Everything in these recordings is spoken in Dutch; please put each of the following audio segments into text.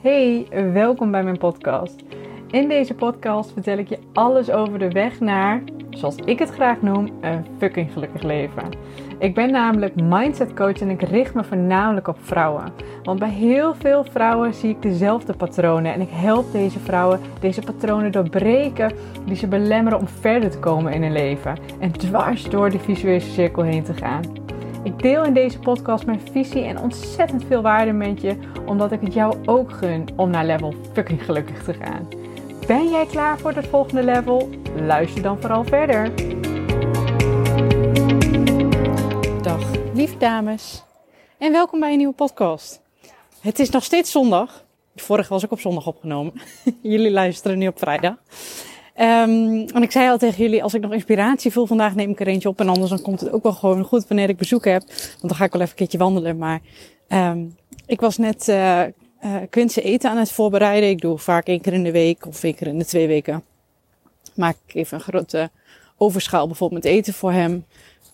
Hey, welkom bij mijn podcast. In deze podcast vertel ik je alles over de weg naar, zoals ik het graag noem, een fucking gelukkig leven. Ik ben namelijk mindset coach en ik richt me voornamelijk op vrouwen. Want bij heel veel vrouwen zie ik dezelfde patronen en ik help deze vrouwen deze patronen doorbreken die ze belemmeren om verder te komen in hun leven en dwars door de visuele cirkel heen te gaan. Ik deel in deze podcast mijn visie en ontzettend veel waarde met je, omdat ik het jou ook gun om naar level fucking gelukkig te gaan. Ben jij klaar voor het volgende level? Luister dan vooral verder. Dag lieve dames en welkom bij een nieuwe podcast. Het is nog steeds zondag. De vorige was ook op zondag opgenomen. Jullie luisteren nu op vrijdag. En ik zei al tegen jullie, als ik nog inspiratie voel vandaag, neem ik er eentje op. En anders dan komt het ook wel gewoon goed wanneer ik bezoek heb. Want dan ga ik wel even een keertje wandelen. Maar ik was net Quintse eten aan het voorbereiden. Ik doe vaak 1 keer in de week of 1 keer in de 2 weken. Maak ik even een grote overschaal bijvoorbeeld met eten voor hem.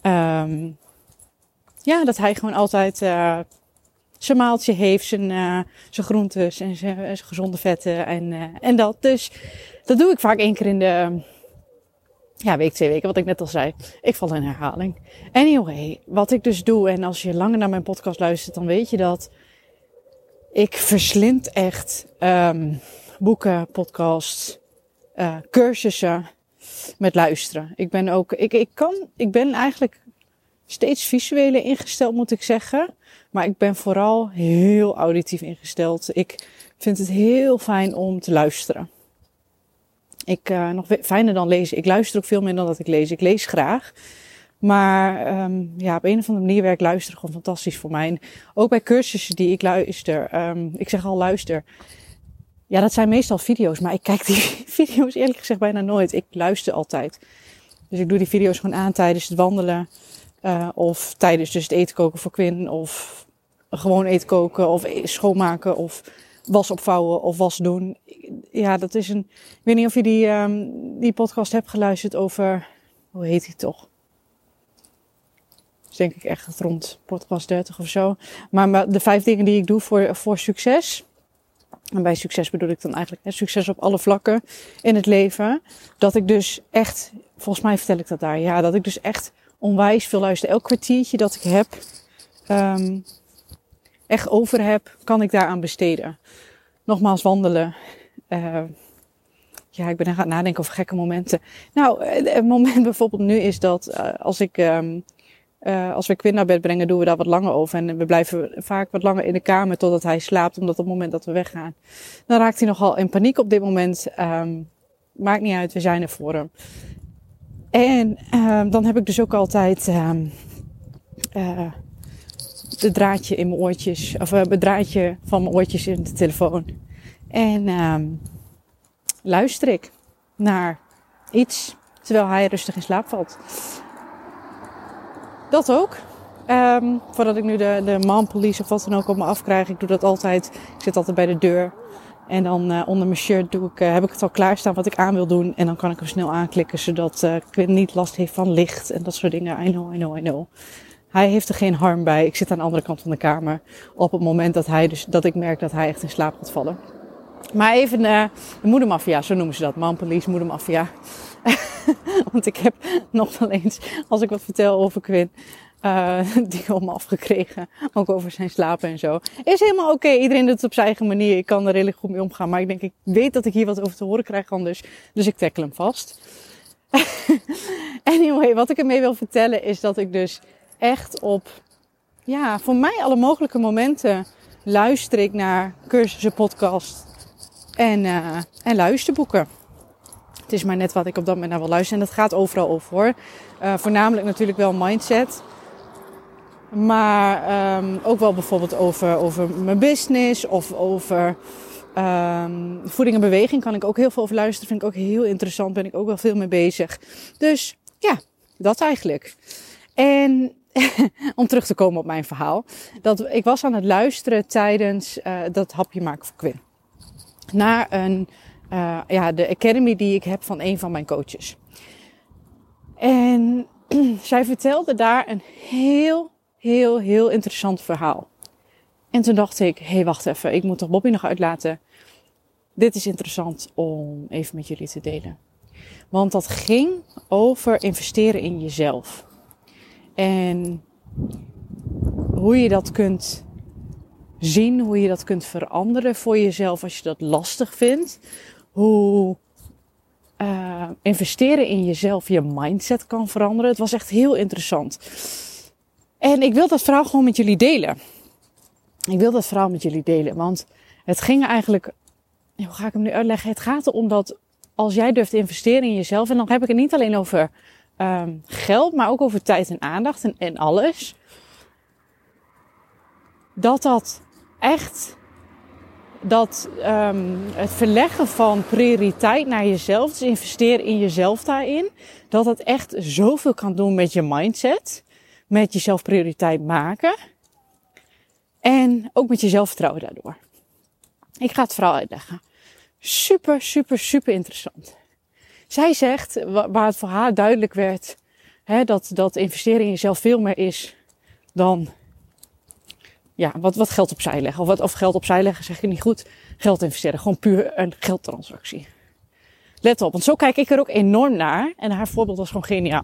Dat hij gewoon altijd zijn maaltje heeft, zijn groentes en zijn gezonde vetten en dat. Dus dat doe ik vaak 1 keer in de week, 2 weken, wat ik net al zei. Ik val in herhaling. Anyway, wat ik dus doe, en als je langer naar mijn podcast luistert, dan weet je dat ik verslind echt boeken, podcasts, cursussen met luisteren. Ik ben eigenlijk steeds visueler ingesteld, moet ik zeggen. Maar ik ben vooral heel auditief ingesteld. Ik vind het heel fijn om te luisteren. Nog fijner dan lezen. Ik luister ook veel minder dan dat ik lees. Ik lees graag. Maar op een of andere manier werkt luisteren gewoon fantastisch voor mij. En ook bij cursussen die ik luister. Ik zeg al luister. Ja, dat zijn meestal video's. Maar ik kijk die video's eerlijk gezegd bijna nooit. Ik luister altijd. Dus ik doe die video's gewoon aan tijdens het wandelen. Of tijdens dus het eten koken voor Quinn. Of gewoon eten koken. Of schoonmaken. Of was opvouwen. Of was doen. Ja, dat is ik weet niet of je die podcast hebt geluisterd over... Hoe heet die toch? Dus denk ik echt rond podcast 30 of zo. Maar de 5 dingen die ik doe voor succes. En bij succes bedoel ik dan eigenlijk succes op alle vlakken in het leven. Dat ik dus echt, volgens mij vertel ik dat daar. Ja, dat ik dus echt onwijs veel luister. Elk kwartiertje dat ik heb, echt over heb, kan ik daaraan besteden. Nogmaals wandelen. Ik ben aan het nadenken over gekke momenten. Nou, het moment bijvoorbeeld nu is dat als we Quinn naar bed brengen, doen we daar wat langer over. En we blijven vaak wat langer in de kamer totdat hij slaapt, omdat op het moment dat we weggaan, dan raakt hij nogal in paniek op dit moment. Maakt niet uit, we zijn er voor hem. En dan heb ik dus ook altijd het draadje in mijn oortjes, of het draadje van mijn oortjes in de telefoon. En luister ik naar iets terwijl hij rustig in slaap valt. Dat ook. Voordat ik nu de mom police of wat dan ook op me afkrijg. Ik doe dat altijd. Ik zit altijd bij de deur. En dan onder mijn shirt heb ik het al klaarstaan wat ik aan wil doen. En dan kan ik hem snel aanklikken. Zodat Quinn niet last heeft van licht. En dat soort dingen. I know. Hij heeft er geen harm bij. Ik zit aan de andere kant van de kamer. Op het moment dat ik merk dat hij echt in slaap gaat vallen. Maar even de moedermafia. Zo noemen ze dat. Mom police, moedermafia. Want ik heb nog wel eens, als ik wat vertel over Quinn, die op me afgekregen. Ook over zijn slapen en zo. Is helemaal oké. Iedereen doet het op zijn eigen manier. Ik kan er redelijk goed mee omgaan. Maar ik weet dat ik hier wat over te horen krijg anders. Dus ik tackle hem vast. Anyway, wat ik ermee wil vertellen is dat ik dus echt op, voor mij alle mogelijke momenten luister ik naar cursussen, podcast en luisterboeken. Het is maar net wat ik op dat moment naar wil luisteren. En dat gaat overal over hoor. Voornamelijk natuurlijk wel mindset. Maar ook wel bijvoorbeeld over mijn business. Of over voeding en beweging kan ik ook heel veel over luisteren. Vind ik ook heel interessant. Ben ik ook wel veel mee bezig. Dus ja, dat eigenlijk. En om terug te komen op mijn verhaal. Ik was aan het luisteren tijdens dat hapje maken voor Quinn. Naar de academy die ik heb van een van mijn coaches. En zij vertelde daar een heel interessant verhaal. En toen dacht ik, hé, wacht even, ik moet toch Bobby nog uitlaten. Dit is interessant om even met jullie te delen. Want dat ging over investeren in jezelf. En hoe je dat kunt zien, hoe je dat kunt veranderen voor jezelf als je dat lastig vindt. Hoe investeren in jezelf je mindset kan veranderen. Het was echt heel interessant. En ik wil dat verhaal gewoon met jullie delen. Want het ging eigenlijk, hoe ga ik hem nu uitleggen? Het gaat erom dat als jij durft te investeren in jezelf, en dan heb ik het niet alleen over geld, maar ook over tijd en aandacht en alles. Dat echt, het verleggen van prioriteit naar jezelf, dus investeren in jezelf daarin, dat het echt zoveel kan doen met je mindset, met jezelf prioriteit maken en ook met je zelfvertrouwen daardoor. Ik ga het verhaal uitleggen. Super, super, super interessant. Zij zegt, waar het voor haar duidelijk werd, dat investeren in jezelf veel meer is dan wat geld opzij leggen. Of geld opzij leggen zeg ik niet goed. Geld investeren, gewoon puur een geldtransactie. Let op, want zo kijk ik er ook enorm naar. En haar voorbeeld was gewoon geniaal.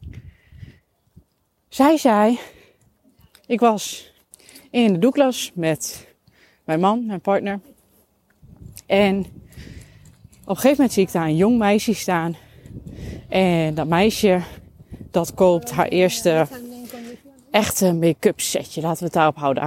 Zij zei, ik was in de doeklas met mijn man, mijn partner. En op een gegeven moment zie ik daar een jong meisje staan. En dat meisje, dat koopt haar eerste echte make-up setje. Laten we het daarop houden.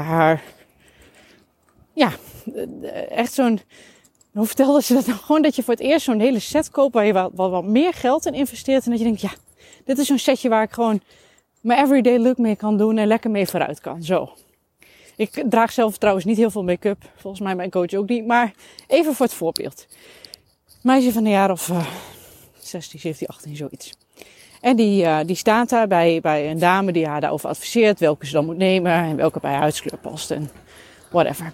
Echt zo'n... Hoe vertelde ze dat nou? Gewoon dat je voor het eerst zo'n hele set koopt waar je wat meer geld in investeert. En dat je denkt, dit is zo'n setje waar ik gewoon mijn everyday look mee kan doen en lekker mee vooruit kan. Zo. Ik draag zelf trouwens niet heel veel make-up. Volgens mij mijn coach ook niet. Maar even voor het voorbeeld. Meisje van een jaar of 16, 17, 18, zoiets. En die staat daar bij een dame die haar daarover adviseert. Welke ze dan moet nemen. En welke bij haar huidskleur past. En whatever.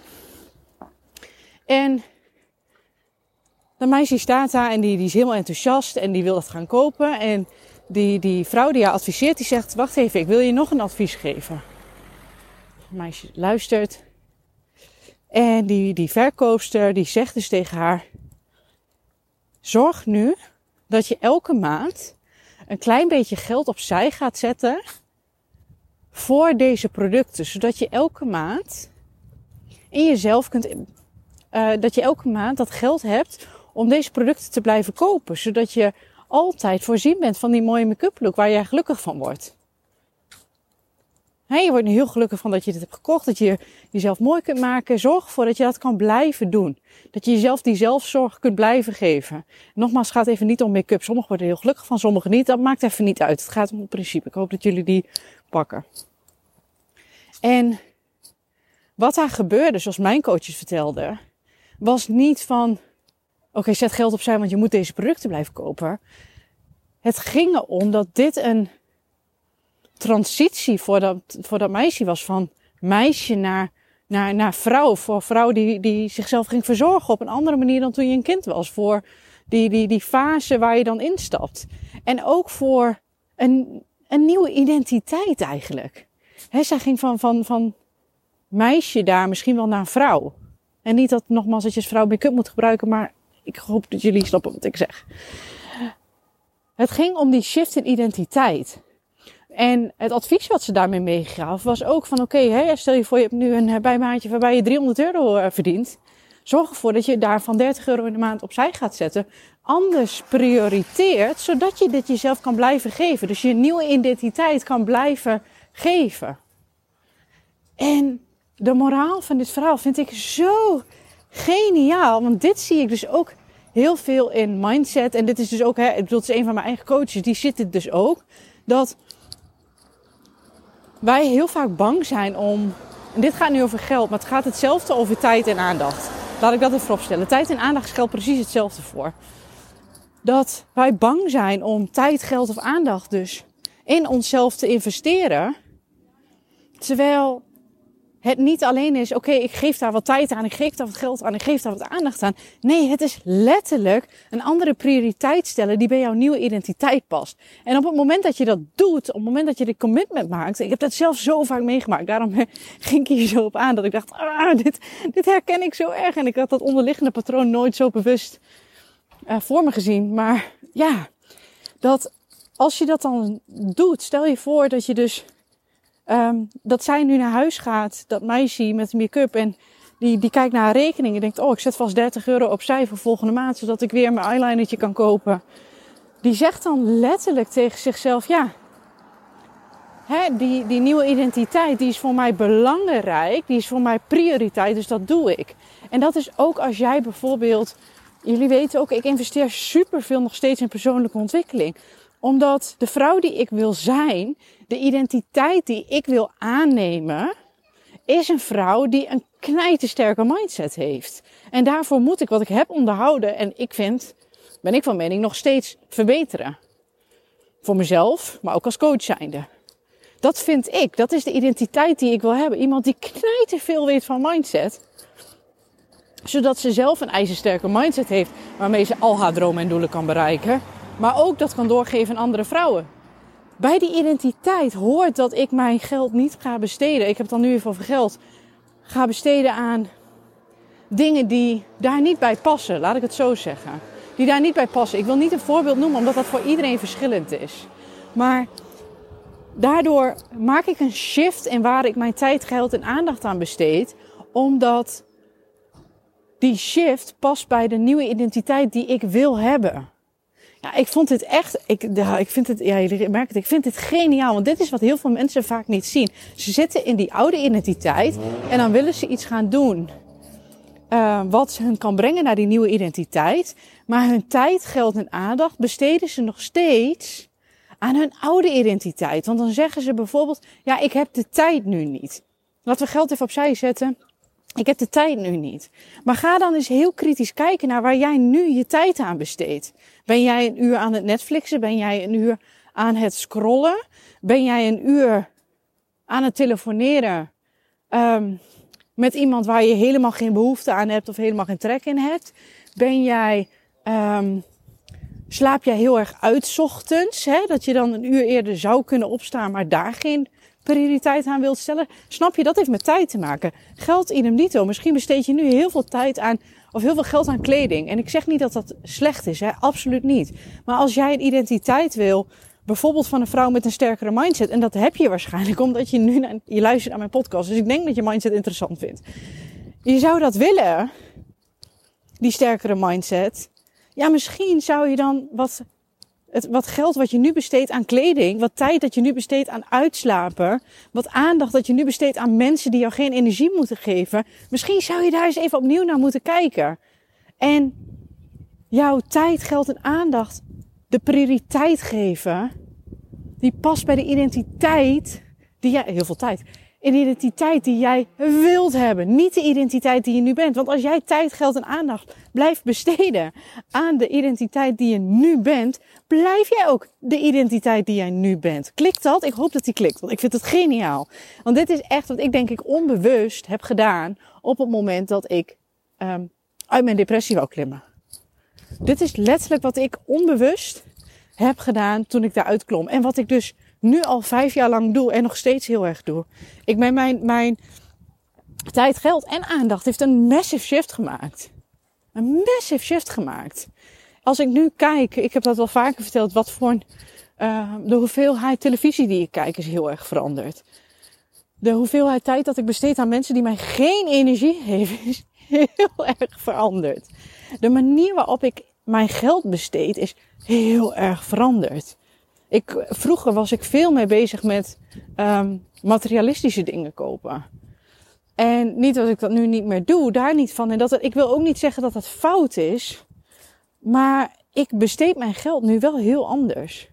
En dat meisje staat daar en die is helemaal enthousiast. En die wil dat gaan kopen. En die vrouw die haar adviseert, die zegt, wacht even, ik wil je nog een advies geven. Het meisje luistert. En die verkoopster, die zegt dus tegen haar, zorg nu dat je elke maand een klein beetje geld opzij gaat zetten voor deze producten. Zodat je elke maand in jezelf dat je elke maand dat geld hebt om deze producten te blijven kopen. Zodat je altijd voorzien bent van die mooie make-up look waar jij gelukkig van wordt. Je wordt nu heel gelukkig van dat je dit hebt gekocht. Dat je jezelf mooi kunt maken. Zorg ervoor dat je dat kan blijven doen. Dat je jezelf die zelfzorg kunt blijven geven. Nogmaals, het gaat even niet om make-up. Sommigen worden er heel gelukkig van, sommigen niet. Dat maakt even niet uit. Het gaat om het principe. Ik hoop dat jullie die pakken. En wat daar gebeurde, zoals mijn coaches vertelden, was niet van, oké, zet geld opzij, want je moet deze producten blijven kopen. Het ging erom dat dit een transitie voor dat meisje was. Van meisje naar vrouw. Voor vrouw die zichzelf ging verzorgen op een andere manier dan toen je een kind was. Voor die fase waar je dan instapt. En ook voor een nieuwe identiteit eigenlijk. Zij ging van meisje daar misschien wel naar vrouw. En niet dat nogmaals dat je als vrouw make-up moet gebruiken. Maar ik hoop dat jullie snappen wat ik zeg. Het ging om die shift in identiteit. En het advies wat ze daarmee meegaf was ook van oké, stel je voor je hebt nu een bijbaantje waarbij je €300 verdient. Zorg ervoor dat je daarvan €30 in de maand opzij gaat zetten. Anders prioriteert, zodat je dit jezelf kan blijven geven. Dus je een nieuwe identiteit kan blijven geven. En de moraal van dit verhaal vind ik zo geniaal. Want dit zie ik dus ook heel veel in mindset. En dit is dus ook, ik bedoel, het is een van mijn eigen coaches. Die zit dit dus ook. Dat wij heel vaak bang zijn om, en dit gaat nu over geld, maar het gaat hetzelfde over tijd en aandacht. Laat ik dat even opstellen. Tijd en aandacht geldt precies hetzelfde voor. Dat wij bang zijn om tijd, geld of aandacht dus in onszelf te investeren. Terwijl het niet alleen is, oké, ik geef daar wat tijd aan, ik geef daar wat geld aan, ik geef daar wat aandacht aan. Nee, het is letterlijk een andere prioriteit stellen die bij jouw nieuwe identiteit past. En op het moment dat je dat doet, op het moment dat je dit commitment maakt, ik heb dat zelf zo vaak meegemaakt, daarom ging ik hier zo op aan, dat ik dacht, dit herken ik zo erg. En ik had dat onderliggende patroon nooit zo bewust voor me gezien. Maar ja, dat als je dat dan doet, stel je voor dat je dus... dat zij nu naar huis gaat, dat meisje met make-up en die kijkt naar haar rekening en denkt, ik zet vast €30 opzij voor volgende maand, zodat ik weer mijn eyelinertje kan kopen. Die zegt dan letterlijk tegen zichzelf, die nieuwe identiteit, die is voor mij belangrijk, die is voor mij prioriteit, dus dat doe ik. En dat is ook als jij bijvoorbeeld, jullie weten ook, ik investeer superveel nog steeds in persoonlijke ontwikkeling. Omdat de vrouw die ik wil zijn, de identiteit die ik wil aannemen, is een vrouw die een knijtersterke mindset heeft. En daarvoor moet ik wat ik heb onderhouden en ben ik van mening, nog steeds verbeteren. Voor mezelf, maar ook als coach zijnde. Dat vind ik, dat is de identiteit die ik wil hebben. Iemand die knijterveel weet van mindset. Zodat ze zelf een ijzersterke mindset heeft waarmee ze al haar dromen en doelen kan bereiken. Maar ook dat kan doorgeven aan andere vrouwen. Bij die identiteit hoort dat ik mijn geld niet ga besteden. Ik heb het dan nu even over geld. Ga besteden aan dingen die daar niet bij passen. Laat ik het zo zeggen. Die daar niet bij passen. Ik wil niet een voorbeeld noemen omdat dat voor iedereen verschillend is. Maar daardoor maak ik een shift in waar ik mijn tijd, geld en aandacht aan besteed. Omdat die shift past bij de nieuwe identiteit die ik wil hebben. Ja, ik vond dit echt, jullie merken het, ik vind dit geniaal. Want dit is wat heel veel mensen vaak niet zien. Ze zitten in die oude identiteit en dan willen ze iets gaan doen. Wat hun kan brengen naar die nieuwe identiteit. Maar hun tijd, geld en aandacht besteden ze nog steeds aan hun oude identiteit. Want dan zeggen ze bijvoorbeeld, ik heb de tijd nu niet. Laten we geld even opzij zetten. Ik heb de tijd nu niet. Maar ga dan eens heel kritisch kijken naar waar jij nu je tijd aan besteedt. Ben jij een uur aan het Netflixen? Ben jij een uur aan het scrollen? Ben jij een uur aan het telefoneren met iemand waar je helemaal geen behoefte aan hebt of helemaal geen trek in hebt? Slaap jij heel erg uit 's ochtends? Dat je dan een uur eerder zou kunnen opstaan, maar daar geen prioriteit aan wilt stellen? Snap je, dat heeft met tijd te maken. Geld idem dito. Misschien besteed je nu heel veel tijd aan of heel veel geld aan kleding. En ik zeg niet dat dat slecht is, absoluut niet. Maar als jij een identiteit wil, bijvoorbeeld van een vrouw met een sterkere mindset, en dat heb je waarschijnlijk omdat je nu je luistert naar mijn podcast, dus ik denk dat je mindset interessant vindt. Je zou dat willen, die sterkere mindset. Ja, misschien zou je dan wat geld wat je nu besteedt aan kleding, wat tijd dat je nu besteedt aan uitslapen, wat aandacht dat je nu besteedt aan mensen die jou geen energie moeten geven, misschien zou je daar eens even opnieuw naar moeten kijken. En jouw tijd, geld en aandacht de prioriteit geven, die past bij de identiteit die jij, heel veel tijd, een identiteit die jij wilt hebben. Niet de identiteit die je nu bent. Want als jij tijd, geld en aandacht blijft besteden aan de identiteit die je nu bent, blijf jij ook de identiteit die jij nu bent. Klikt dat? Ik hoop dat die klikt, want ik vind het geniaal. Want dit is echt wat ik denk ik onbewust heb gedaan op het moment dat ik uit mijn depressie wou klimmen. Dit is letterlijk wat ik onbewust heb gedaan toen ik daaruit klom. En wat ik dus nu al 5 jaar lang doe en nog steeds heel erg doe. Ik ben mijn tijd, geld en aandacht heeft een massive shift gemaakt. Een massive shift gemaakt. Als ik nu kijk, ik heb dat wel vaker verteld, wat voor de hoeveelheid televisie die ik kijk is heel erg veranderd. De hoeveelheid tijd dat ik besteed aan mensen die mij geen energie geven is heel erg veranderd. De manier waarop ik mijn geld besteed is heel erg veranderd. Vroeger was ik veel meer bezig met materialistische dingen kopen. En niet dat ik dat nu niet meer doe, daar niet van. En ik wil ook niet zeggen dat dat fout is. Maar ik besteed mijn geld nu wel heel anders.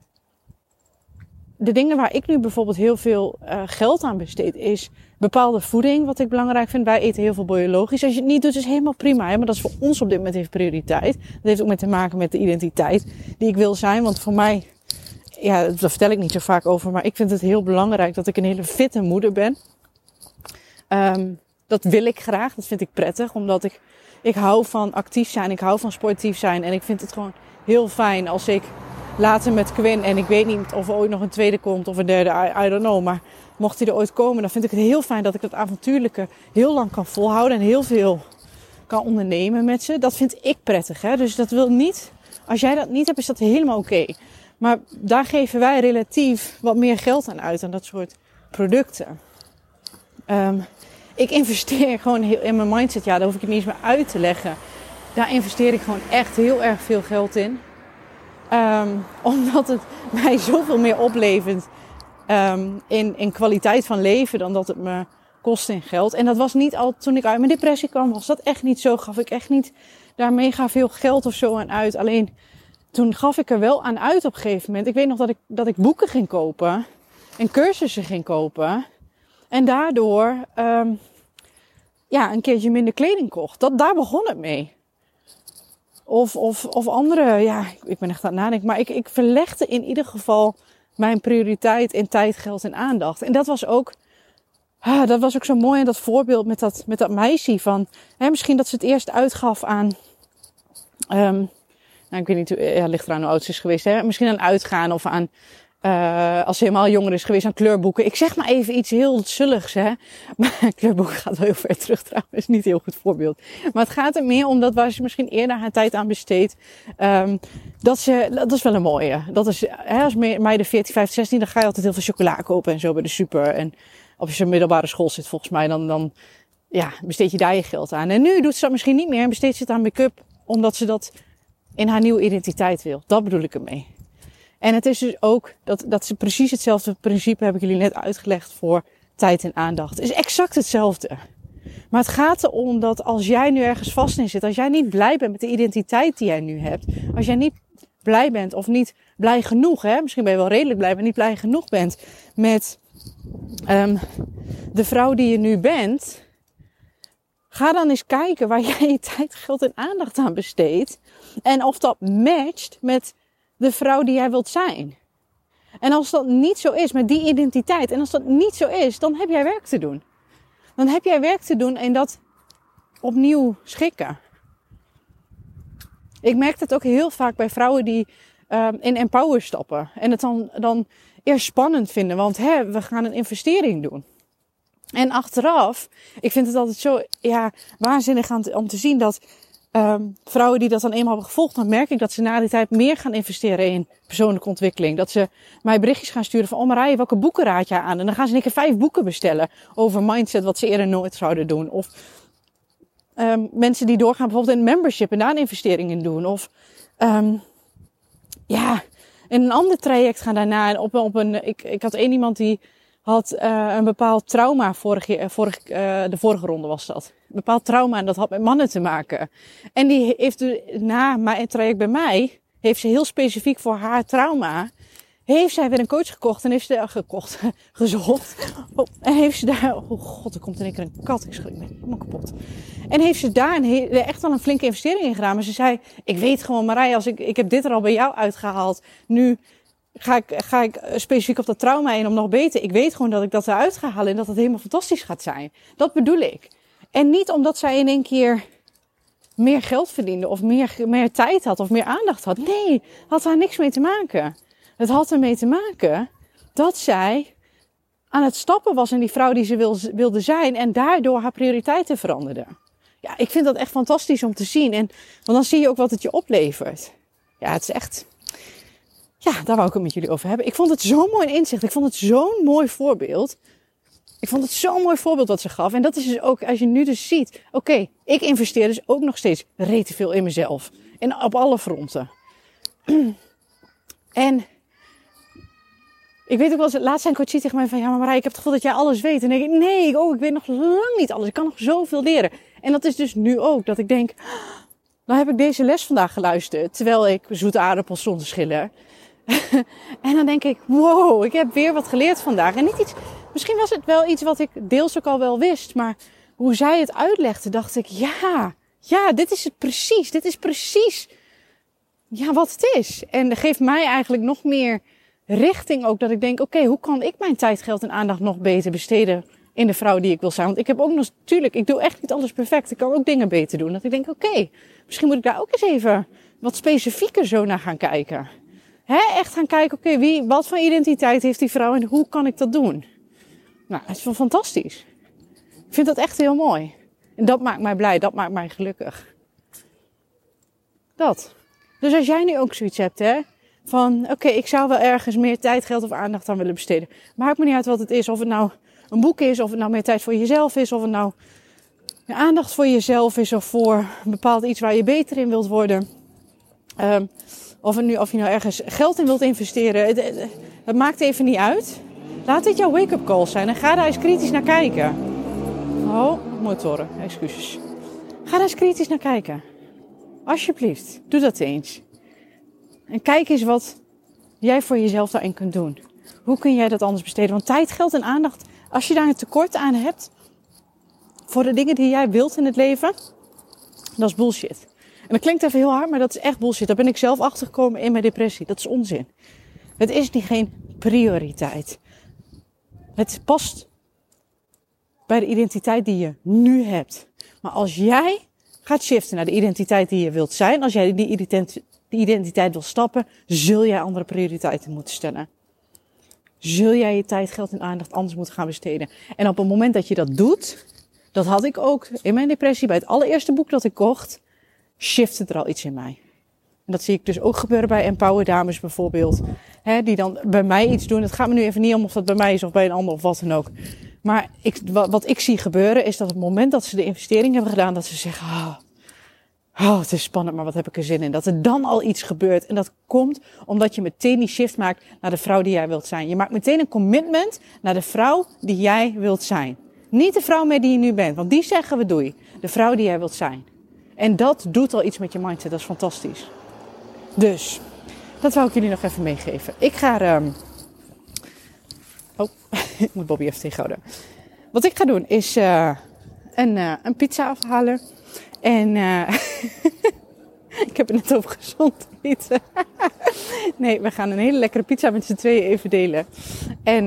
De dingen waar ik nu bijvoorbeeld heel veel geld aan besteed is bepaalde voeding, wat ik belangrijk vind. Wij eten heel veel biologisch. Als je het niet doet, is helemaal prima. Hè? Maar dat is voor ons op dit moment even prioriteit. Dat heeft ook met te maken met de identiteit die ik wil zijn. Want voor mij, ja, daar vertel ik niet zo vaak over. Maar ik vind het heel belangrijk dat ik een hele fitte moeder ben. Dat wil ik graag. Dat vind ik prettig. Omdat ik hou van actief zijn. Ik hou van sportief zijn. En ik vind het gewoon heel fijn als ik later met Quinn, en ik weet niet of er ooit nog een tweede komt of een derde, I don't know. Maar mocht hij er ooit komen, dan vind ik het heel fijn dat ik dat avontuurlijke heel lang kan volhouden. En heel veel kan ondernemen met ze. Dat vind ik prettig. Hè? Dus dat wil niet, als jij dat niet hebt, is dat helemaal oké. Maar daar geven wij relatief wat meer geld aan uit. Aan dat soort producten. Ik investeer gewoon heel in mijn mindset. Ja, daar hoef ik het niet eens meer uit te leggen. Daar investeer ik gewoon echt heel erg veel geld in. Omdat het mij zoveel meer oplevert in kwaliteit van leven dan dat het me kost in geld. En dat was niet al toen ik uit mijn depressie kwam, was dat echt niet zo. Gaf ik echt niet daar mega veel geld of zo aan uit. Alleen toen gaf ik er wel aan uit op een gegeven moment. Ik weet nog dat ik boeken ging kopen en cursussen ging kopen. En daardoor een keertje minder kleding kocht. Daar begon het mee. Of andere, ja, ik ben echt aan het nadenken. Maar ik verlegde in ieder geval mijn prioriteit in tijd, geld en aandacht. En dat was ook zo mooi. En dat voorbeeld met dat meisje van, misschien dat ze het eerst uitgaf aan, ik weet niet, ligt eraan hoe oud ze is geweest. Hè? Misschien aan uitgaan of aan, als ze helemaal jonger is geweest, aan kleurboeken. Ik zeg maar even iets heel zulligs, hè. Maar kleurboeken gaat wel heel ver terug trouwens. Niet een heel goed voorbeeld. Maar het gaat er meer om dat waar ze misschien eerder haar tijd aan besteedt. Dat is wel een mooie. Dat is, als meiden 14, 15, 16, dan ga je altijd heel veel chocola kopen en zo bij de super. En als je op middelbare school zit, volgens mij, dan besteed je daar je geld aan. En nu doet ze dat misschien niet meer en besteedt ze het aan make-up, omdat ze dat in haar nieuwe identiteit wil. Dat bedoel ik ermee. En het is dus ook dat ze precies hetzelfde principe, heb ik jullie net uitgelegd, voor tijd en aandacht. Het is exact hetzelfde. Maar het gaat erom dat als jij nu ergens vast in zit, als jij niet blij bent met de identiteit die jij nu hebt, als jij niet blij bent of niet blij genoeg, misschien ben je wel redelijk blij, maar niet blij genoeg bent met de vrouw die je nu bent, ga dan eens kijken waar jij je tijd, geld en aandacht aan besteedt. En of dat matcht met de vrouw die jij wilt zijn. En als dat niet zo is met die identiteit, en als dat niet zo is, dan heb jij werk te doen. Dan heb jij werk te doen en dat opnieuw schikken. Ik merk dat ook heel vaak bij vrouwen die in Empower stappen. En het dan eerst spannend vinden, want we gaan een investering doen. En achteraf, ik vind het altijd zo waanzinnig om te zien dat vrouwen die dat dan eenmaal hebben gevolgd, dan merk ik dat ze na die tijd meer gaan investeren in persoonlijke ontwikkeling. Dat ze mij berichtjes gaan sturen van, Marije, welke boeken raad jij aan? En dan gaan ze een keer 5 boeken bestellen over mindset, wat ze eerder nooit zouden doen. Of mensen die doorgaan bijvoorbeeld in een membership en daar een investering in doen. Of in een ander traject gaan daarna. Ik had één iemand die had een bepaald trauma, de vorige ronde was dat. Een bepaald trauma en dat had met mannen te maken. En die heeft na mijn traject bij mij, heeft ze heel specifiek voor haar trauma, heeft zij weer een coach gekocht en heeft ze gezocht. En heeft ze daar, oh god, er komt in één keer een kat, ik schrik me helemaal kapot. En heeft ze daar echt wel een flinke investering in gedaan. Maar ze zei, ik weet gewoon, Marije, als ik heb dit er al bij jou uitgehaald, nu ga ik specifiek op dat trauma in om nog beter. Ik weet gewoon dat ik dat eruit ga halen en dat het helemaal fantastisch gaat zijn. Dat bedoel ik. En niet omdat zij in één keer meer geld verdiende of meer tijd had of meer aandacht had. Nee, had daar niks mee te maken. Het had ermee te maken dat zij aan het stappen was in die vrouw die ze wilde zijn en daardoor haar prioriteiten veranderde. Ja, ik vind dat echt fantastisch om te zien. Want dan zie je ook wat het je oplevert. Ja, het is echt... Ja, daar wou ik het met jullie over hebben. Ik vond het zo'n mooi inzicht. Ik vond het zo'n mooi voorbeeld. Ik vond het zo'n mooi voorbeeld wat ze gaf. En dat is dus ook, als je nu dus ziet, oké, ik investeer dus ook nog steeds rete veel in mezelf. En op alle fronten. En ik weet ook wel eens, laatst zijn coachie tegen mij van, ja maar Marije, ik heb het gevoel dat jij alles weet. En dan denk ik, nee, ik weet nog lang niet alles. Ik kan nog zoveel leren. En dat is dus nu ook, dat ik denk, dan heb ik deze les vandaag geluisterd, terwijl ik zoete aardappels stond te schillen. En dan denk ik, wow, ik heb weer wat geleerd vandaag. En niet iets, misschien was het wel iets wat ik deels ook al wel wist, maar hoe zij het uitlegde, dacht ik, ja, dit is het precies. Dit is precies wat het is. En dat geeft mij eigenlijk nog meer richting ook, dat ik denk, oké, hoe kan ik mijn tijd, geld en aandacht nog beter besteden in de vrouw die ik wil zijn. Want ik heb ook nog, natuurlijk, ik doe echt niet alles perfect. Ik kan ook dingen beter doen. Dat ik denk, oké, misschien moet ik daar ook eens even wat specifieker zo naar gaan kijken. Echt gaan kijken, oké, wat voor identiteit heeft die vrouw en hoe kan ik dat doen? Nou, het is wel fantastisch. Ik vind dat echt heel mooi. En dat maakt mij blij, dat maakt mij gelukkig. Dat. Dus als jij nu ook zoiets hebt, van oké, ik zou wel ergens meer tijd, geld of aandacht aan willen besteden. Maakt me niet uit wat het is. Of het nou een boek is, of het nou meer tijd voor jezelf is, of het nou aandacht voor jezelf is, of voor een bepaald iets waar je beter in wilt worden. Of je nou ergens geld in wilt investeren. Het maakt even niet uit. Laat dit jouw wake-up call zijn en ga daar eens kritisch naar kijken. Oh, motoren, excuses. Ga daar eens kritisch naar kijken. Alsjeblieft, doe dat eens. En kijk eens wat jij voor jezelf daarin kunt doen. Hoe kun jij dat anders besteden? Want tijd, geld en aandacht, als je daar een tekort aan hebt voor de dingen die jij wilt in het leven, dat is bullshit. En dat klinkt even heel hard, maar dat is echt bullshit. Daar ben ik zelf achtergekomen in mijn depressie. Dat is onzin. Het is geen prioriteit. Het past bij de identiteit die je nu hebt. Maar als jij gaat shiften naar de identiteit die je wilt zijn, als jij die identiteit wil stappen, zul jij andere prioriteiten moeten stellen. Zul jij je tijd, geld en aandacht anders moeten gaan besteden. En op het moment dat je dat doet, dat had ik ook in mijn depressie bij het allereerste boek dat ik kocht, shifte er al iets in mij. En dat zie ik dus ook gebeuren bij Empower Dames bijvoorbeeld. Die dan bij mij iets doen. Het gaat me nu even niet om of dat bij mij is of bij een ander of wat dan ook. Maar wat ik zie gebeuren is dat op het moment dat ze de investering hebben gedaan, dat ze zeggen, het is spannend, maar wat heb ik er zin in. Dat er dan al iets gebeurt. En dat komt omdat je meteen die shift maakt naar de vrouw die jij wilt zijn. Je maakt meteen een commitment naar de vrouw die jij wilt zijn. Niet de vrouw meer die je nu bent, want die zeggen we doei. De vrouw die jij wilt zijn. En dat doet al iets met je mindset, dat is fantastisch. Dus, dat wou ik jullie nog even meegeven. Ik ga ik moet Bobby even tegenhouden. Wat ik ga doen is een pizza afhalen. En ik heb het net over gezond eten. Nee, we gaan een hele lekkere pizza met z'n tweeën even delen. En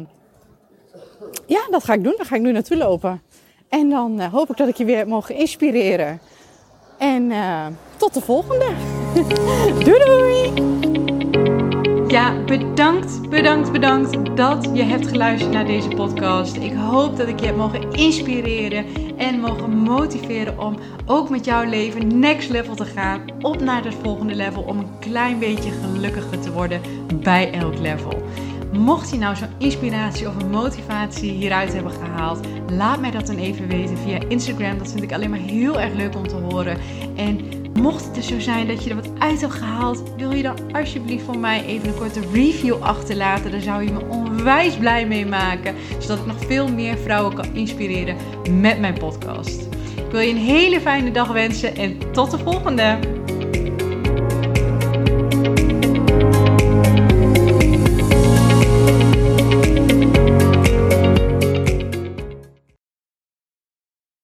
dat ga ik doen. Daar ga ik nu naartoe lopen. En dan hoop ik dat ik je weer heb mogen inspireren. En tot de volgende. Doei doei! Ja, bedankt dat je hebt geluisterd naar deze podcast. Ik hoop dat ik je heb mogen inspireren en mogen motiveren om ook met jouw leven next level te gaan. Op naar het volgende level om een klein beetje gelukkiger te worden bij elk level. Mocht je nou zo'n inspiratie of een motivatie hieruit hebben gehaald, laat mij dat dan even weten via Instagram. Dat vind ik alleen maar heel erg leuk om te horen. En mocht het dus zo zijn dat je er wat uit hebt gehaald, wil je dan alsjeblieft voor mij even een korte review achterlaten. Daar zou je me onwijs blij mee maken, zodat ik nog veel meer vrouwen kan inspireren met mijn podcast. Ik wil je een hele fijne dag wensen en tot de volgende!